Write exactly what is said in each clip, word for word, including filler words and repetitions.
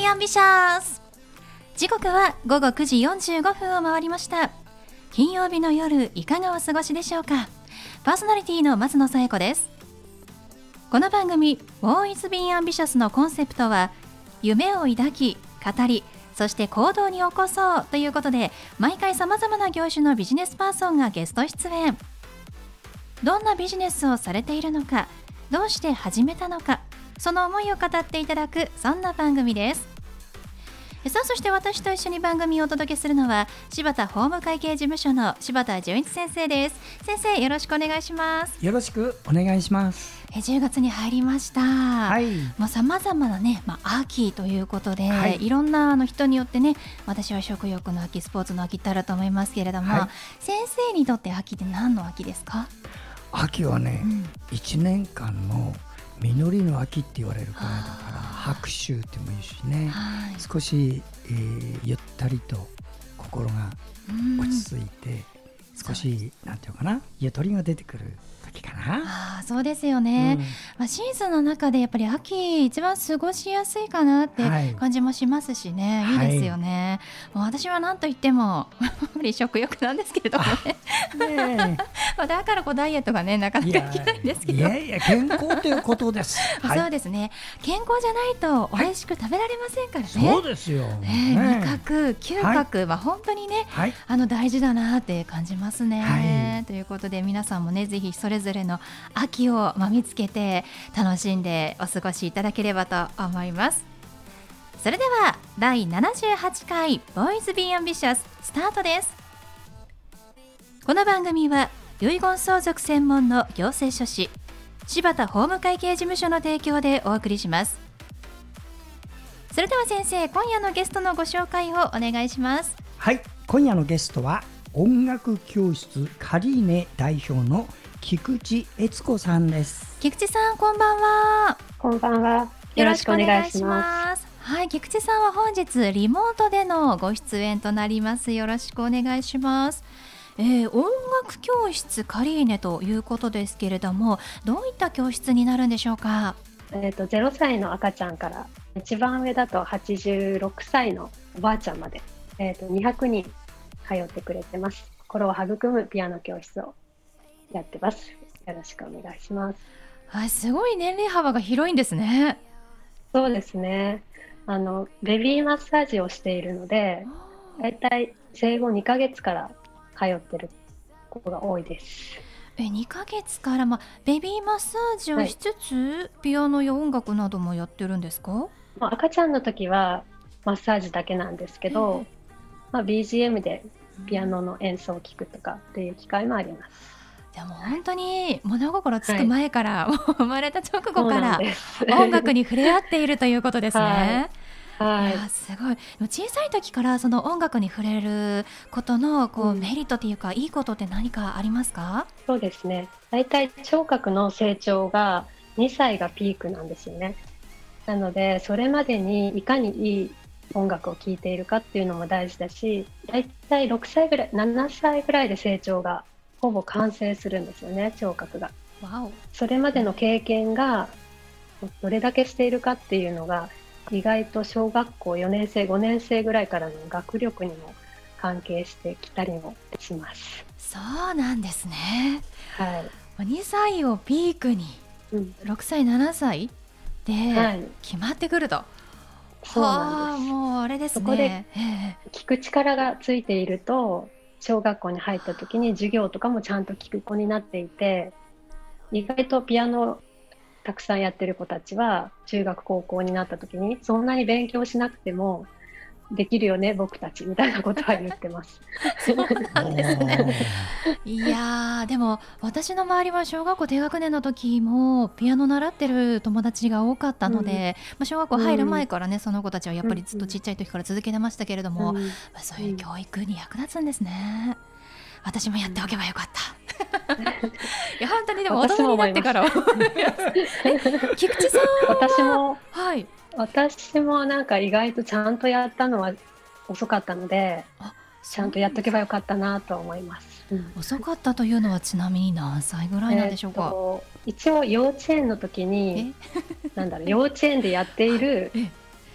アンビシャス。時刻はごごくじよんじゅうごふんを回りました。金曜日の夜、いかがお過ごしでしょうか。パーソナリティの松野紗友子です。この番組 Always Be Ambitious のコンセプトは、夢を抱き、語り、そして行動に起こそうということで、毎回さまざまな業種のビジネスパーソンがゲスト出演。どんなビジネスをされているのか、どうして始めたのか、その思いを語っていただく、そんな番組です。さあ、そして私と一緒に番組をお届けするのは、柴田法務会計事務所の柴田純一先生です。先生、よろしくお願いします。 よろしくお願いします。 えじゅうがつに入りました。 はい。 まあ、様々なね、まあ、秋ということで、 はい、 いろんなあの人によってね、私は食欲の秋、スポーツの秋ってあると思いますけれども、はい、先生にとって秋って何の秋ですか？ 秋はね、うん、いちねんかんの実りの秋って言われるくらいだから、白秋ってもいいしね、はい、少し、えー、ゆったりと心が落ち着いて、少しなんていうかな、ゆとりが出てくる時かな。 あ、そうですよね、うん、まあ、シーズンの中でやっぱり秋一番過ごしやすいかなって感じもしますしね、はい、いいですよね、はい、もう私は何と言ってもやっぱり食欲なんですけれどもねねまあだからこうダイエットがねなかなかできないんですけど、 いやいや健康ということです、 はい、そうですね、健康じゃないと美味しく食べられませんからね、 はい、そうですよ、 ねね、味覚嗅覚、はい、まあ、本当にね、はい、あの大事だなって感じますね、はい、ということで皆さんもね、ぜひそれぞれの秋を見つけて楽しんでお過ごしいただければと思います。それではだいななじゅうはちかい Boys Be Ambitious スタートです。この番組は遺言相続専門の行政書士柴田法務会計事務所の提供でお送りします。それでは先生、今夜のゲストのご紹介をお願いします。 はい、今夜のゲストは音楽教室カリーネ代表の菊池悦子さんです。 菊池さん、こんばんは。 こんばんは。よろしくお願いします。 はい、菊池さんは本日リモートでのご出演となります。よろしくお願いします。えー、音楽教室カリーネということですけれども、どういった教室になるんでしょうか？ えーと、ゼロさいの赤ちゃんから一番上だとはちじゅうろくさいのおばあちゃんまで、えーと、にひゃくにん通ってくれてます。心を育むピアノ教室をやってます。よろしくお願いします。 はい、すごい年齢幅が広いんですね。 そうですね、あのベビーマッサージをしているので、だいたい生後にかげつから通ってる子が多いです。 えにかげつから、ま、ベビーマッサージをしつつ、はい、ピアノや音楽などもやってるんですか？ 赤ちゃんの時はマッサージだけなんですけど、まあ、ビージーエム でピアノの演奏を聴くとかっていう機会もあります。 でも本当に物心つく前から、はい、もう生まれた直後から音楽に触れ合っているということですね。はいはい、いやすごい。小さい時からその音楽に触れることのこう、うん、メリットというかいいことって何かありますか？ そうですね、だいたい聴覚の成長がにさいがピークなんですよね。なのでそれまでにいかにいい音楽を聴いているかっていうのも大事だし、だいたいろくさいぐらいななさいぐらいで成長がほぼ完成するんですよね、聴覚が。 わお。 それまでの経験がどれだけしているかっていうのが意外と小学校よねんせいごねんせいぐらいからの学力にも関係してきたりもします。 そうなんですね。 はい、 にさいをピークに、うん、ろくさいななさいで決まってくると、はい、 そうなんです。 もうあれですね、 そこで聞く力がついていると小学校に入った時に授業とかもちゃんと聞く子になっていて、意外とピアノたくさんやってる子たちは中学高校になった時にそんなに勉強しなくてもできるよね僕たちみたいなことは言ってますそうなんですね。いやでも私の周りは小学校低学年の時もピアノ習ってる友達が多かったので、うん、まあ、小学校入る前からね、うん、その子たちはやっぱりずっとちっちゃい時から続けてましたけれども、うん、まあ、そういう教育に役立つんですね。私もやっておけばよかった、うん、いや本当にでも大人になってから菊池さんは私も、 はい、 私もなんか意外とちゃんとやったのは遅かったので、ちゃんとやっとけばよかったなと思います、 うん、遅かったというのはちなみに何歳ぐらいなんでしょうか？えーと、一応幼稚園の時になんだろう幼稚園でやっている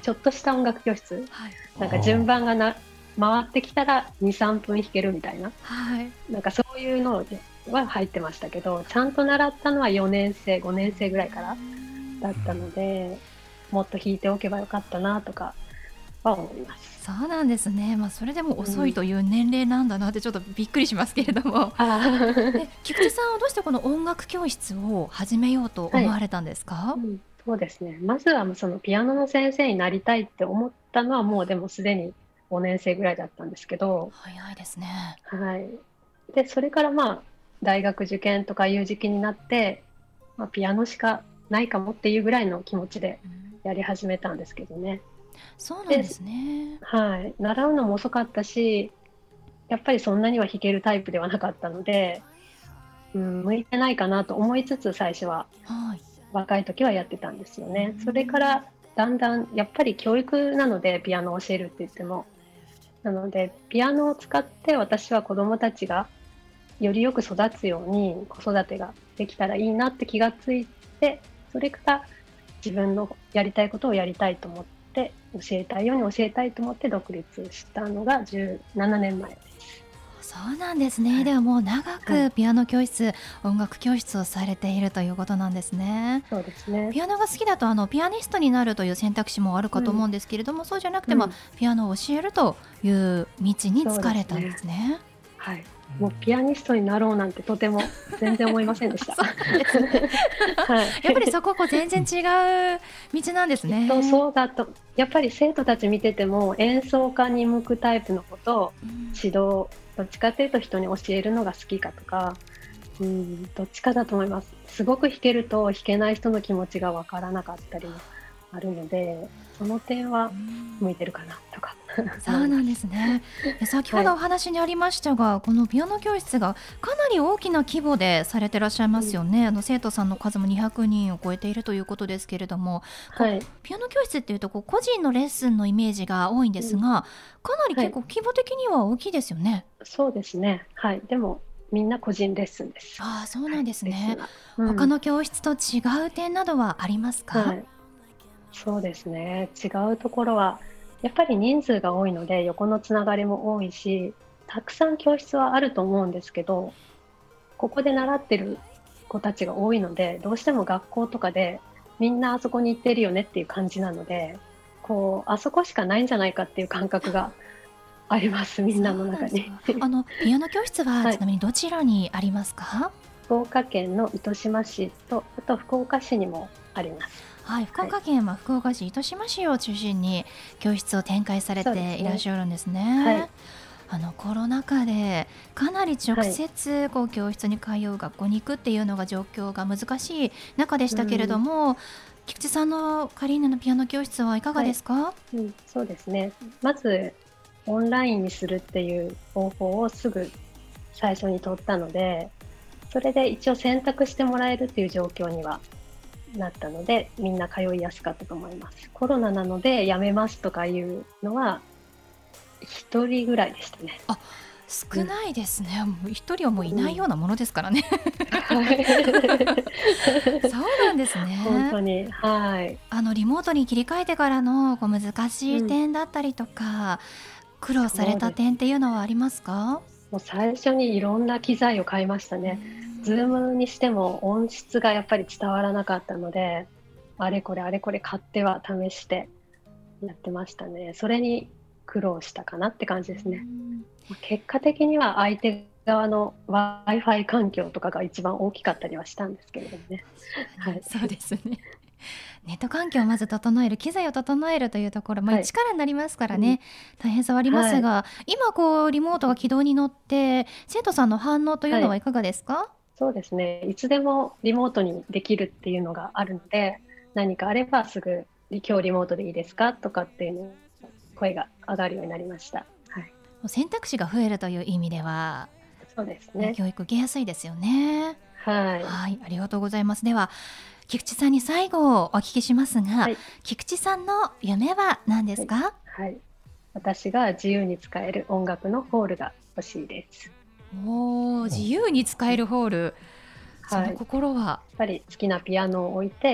ちょっとした音楽教室、 はい、 なんか順番がな回ってきたらに、さんぷん弾けるみたいな、 はい、 なんかそういうのは入ってましたけど、ちゃんと習ったのはよねん生、ごねん生ぐらいからだったので、もっと弾いておけばよかったなとかは思います。 そうなんですね、まあ、それでも遅いという年齢なんだなってちょっとびっくりしますけれども、うん、で菊池さんはどうしてこの音楽教室を始めようと思われたんですか？ はい、うん、そうですね、まずはそのピアノの先生になりたいって思ったのはもうでもすでにごねん生ぐらいだったんですけど、 早いですね。 はい、でそれからまあ大学受験とかいう時期になって、まあ、ピアノしかないかもっていうぐらいの気持ちでやり始めたんですけどね。 そうなんですね。 はい、習うのも遅かったし、やっぱりそんなには弾けるタイプではなかったので、うん、向いてないかなと思いつつ最初は、はい、若い時はやってたんですよね。それからだんだんやっぱり教育なのでピアノを教えるって言っても、なのでピアノを使って私は子どもたちがよりよく育つように子育てができたらいいなって気がついて、それから自分のやりたいことをやりたいと思って教えたいように教えたいと思って独立したのがじゅうななねんまえです。 そうなんですね、はい、ではもう長くピアノ教室、はい、音楽教室をされているということなんですね。 そうですね。 ピアノが好きだとあのピアニストになるという選択肢もあるかと思うんですけれども、うん、そうじゃなくても、うん、ピアノを教えるという道に疲れたんですね。 はい、もうピアニストになろうなんてとても全然思いませんでした。 そうですね。はい、やっぱりそこはこう全然違う道なんですね。 そうそうだと、やっぱり生徒たち見てても演奏家に向くタイプの子と指導、どっちかというと人に教えるのが好きかとか、うん、どっちかだと思います。すごく弾けると弾けない人の気持ちがわからなかったりもあるので、その点は向いてるかなとか。 そうなんですね。先ほどお話にありましたが、はい、このピアノ教室がかなり大きな規模でされてらっしゃいますよね。うん、あの生徒さんの数もにひゃくにんを超えているということですけれども、はい、ピアノ教室っていうとこう個人のレッスンのイメージが多いんですが、うん、かなり結構規模的には大きいですよね。 はい、そうですね。はい、でもみんな個人レッスンです。 ああ、そうなんですね。はい、 うん、 他の教室と違う点などはありますか？ はい、そうですね。違うところはやっぱり人数が多いので横のつながりも多いし、たくさん教室はあると思うんですけど、ここで習ってる子たちが多いので、どうしても学校とかでみんなあそこに行ってるよねっていう感じなので、こうあそこしかないんじゃないかっていう感覚があります、みんなの中に。 あのピアノ教室はちなみにどちらにありますか？はい、 福岡県の糸島市と、あと福岡市にもあります。 はい、福岡県は福岡市糸島市を中心に教室を展開されていらっしゃるんですね。はい、あのコロナ禍でかなり直接こう教室に通う、学校に行くっていうのが状況が難しい中でしたけれども、うん、菊池さんのカリーナのピアノ教室はいかがですか？はい、うん、そうですね。まずオンラインにするっていう方法をすぐ最初に取ったので、それで一応選択してもらえるっていう状況にはなったので、みんな通いやすかったと思います。コロナなのでやめますとかいうのは一人ぐらいでしたね。 あ、少ないですね。うん、一人はもういないようなものですからね。 うん、 そうなんですね。 本当に、はい。 あのリモートに切り替えてからのこう難しい点だったりとか、うん、苦労された点っていうのはありますか？ もう最初にいろんな機材を買いましたね。ズームにしても音質がやっぱり伝わらなかったので、あれこれあれこれ買っては試してやってましたね。それに苦労したかなって感じですね。結果的には相手側の Wi-Fi 環境とかが一番大きかったりはしたんですけれどもね。 はい、そうですね。ネット環境をまず整える、機材を整えるというところ、まあ、力になりますからね、はい、大変さはありますが、はい、今こうリモートが軌道に乗って生徒さんの反応というのはいかがですか？はい、 そうですね。いつでもリモートにできるっていうのがあるので、何かあればすぐ今日リモートでいいですかとかっていうの声が上がるようになりました。はい、 選択肢が増えるという意味では、 そうですね。 教育受けやすいですよね。 はい。 はい、ありがとうございます。では菊池さんに最後お聞きしますが、はい、菊池さんの夢は何ですか？ はいはい、私が自由に使える音楽のホールが欲しいです。 おー、自由に使えるホール、はい、その心は？ やっぱり好きなピアノを置いて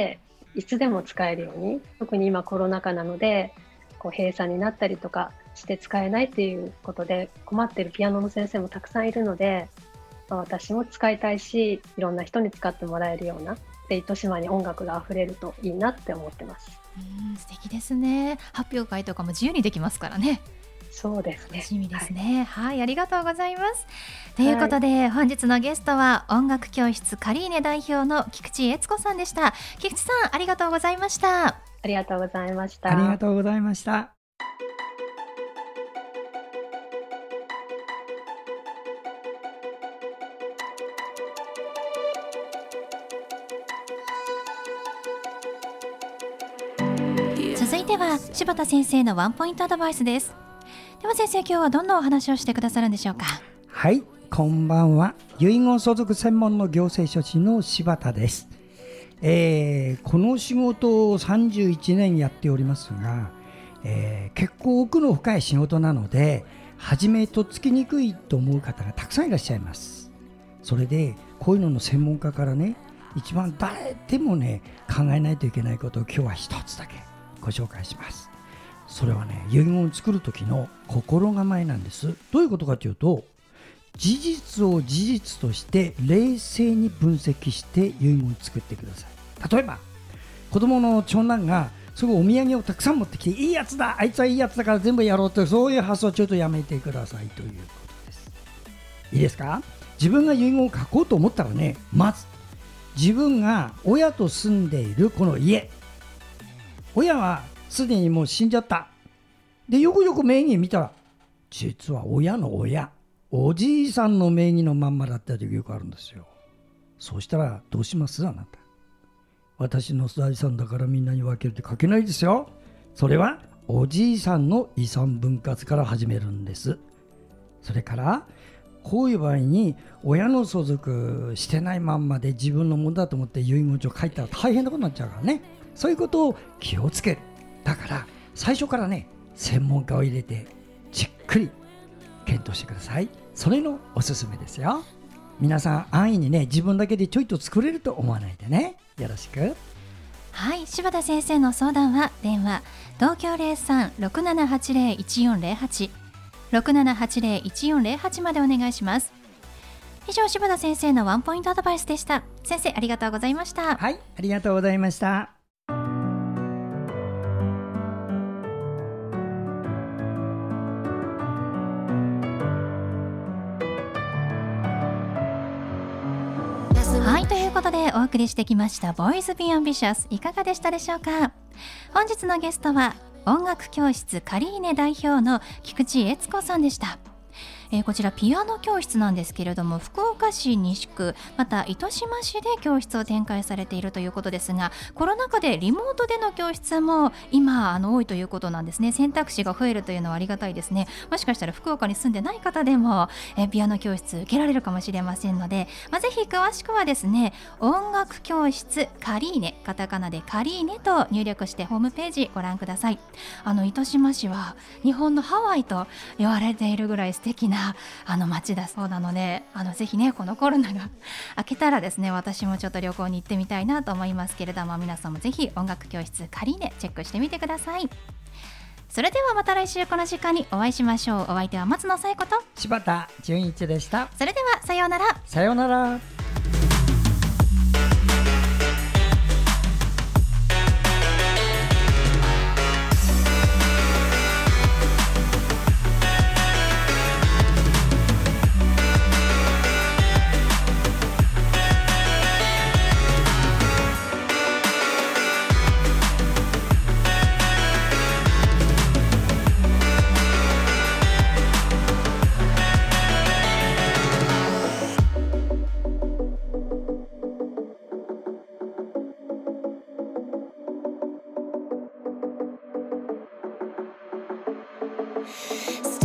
いつでも使えるように、特に今コロナ禍なのでこう閉鎖になったりとかして使えないっていうことで困ってるピアノの先生もたくさんいるので、まあ、私も使いたいし、いろんな人に使ってもらえるようなで糸島に音楽があふれるといいなって思ってます。 うん、素敵ですね。発表会とかも自由にできますからね。 そうですね。 楽しみですね。はい、はい、ありがとうございます。ということで、はい、本日のゲストは音楽教室カリーネ代表の菊池悦子さんでした。菊池さん、ありがとうございました。 ありがとうございました。 ありがとうございました。 続いては柴田先生のワンポイントアドバイスです。では先生、今日はどんなお話をしてくださるんでしょうか。 はい、こんばんは。遺言相続専門の行政書士の柴田です。えー、この仕事をさんじゅういちねんやっておりますが、えー、結構奥の深い仕事なので初めとっつきにくいと思う方がたくさんいらっしゃいます。それでこういうのの専門家からね、一番誰でもね考えないといけないことを今日は一つだけご紹介します。それはね、遺言を作る時の心構えなんです。どういうことかというと、事実を事実として冷静に分析して遺言を作ってください。例えば子供の長男がすごいお土産をたくさん持ってきて、いいやつだ、あいつはいいやつだから全部やろうと、そういう発想をちょっとやめてくださいということです。いいですか。自分が遺言を書こうと思ったらね、まず自分が親と住んでいるこの家、親はすでにもう死んじゃった。でよくよく名義見たら実は親の親、おじいさんの名義のまんまだった時よくあるんですよ。そうしたらどうします？あなた。私の財産だからみんなに分けるって書けないですよ。それはおじいさんの遺産分割から始めるんです。それからこういう場合に親の相続してないまんまで自分のものだと思って遺言状書いたら大変なことになっちゃうからね。そういうことを気をつける。だから最初からね、専門家を入れてじっくり検討してください。それのおすすめですよ。皆さん安易にね、自分だけでちょいと作れると思わないでね。よろしく。 はい、柴田先生の相談は電話東京 ゼロさん ろくななはちゼロ いちよんゼロはち ろくななはちゼロ いちよんゼロはちまでお願いします。以上、柴田先生のワンポイントアドバイスでした。先生、ありがとうございました。 はい、ありがとうございました。 はい、ということでお送りしてきましたボーイズビーアンビシャス、いかがでしたでしょうか。本日のゲストは音楽教室カリーネ代表の菊池悦子さんでした。えー、こちらピアノ教室なんですけれども、福岡市西区また糸島市で教室を展開されているということですが、コロナ禍でリモートでの教室も今あの多いということなんですね。選択肢が増えるというのはありがたいですね。もしかしたら福岡に住んでない方でも、えー、ピアノ教室受けられるかもしれませんので、まあ、ぜひ詳しくはですね、音楽教室カリーネ、カタカナでカリーネと入力してホームページご覧ください。あの糸島市は日本のハワイと言われているぐらい素敵なあの街だそうなので、あのぜひね、このコロナが明けたらですね、私もちょっと旅行に行ってみたいなと思いますけれども、皆さんもぜひ音楽教室カリーネチェックしてみてください。それではまた来週この時間にお会いしましょう。お相手は松野紗友子と柴田純一でした。 それではさようなら。 さようなら。 So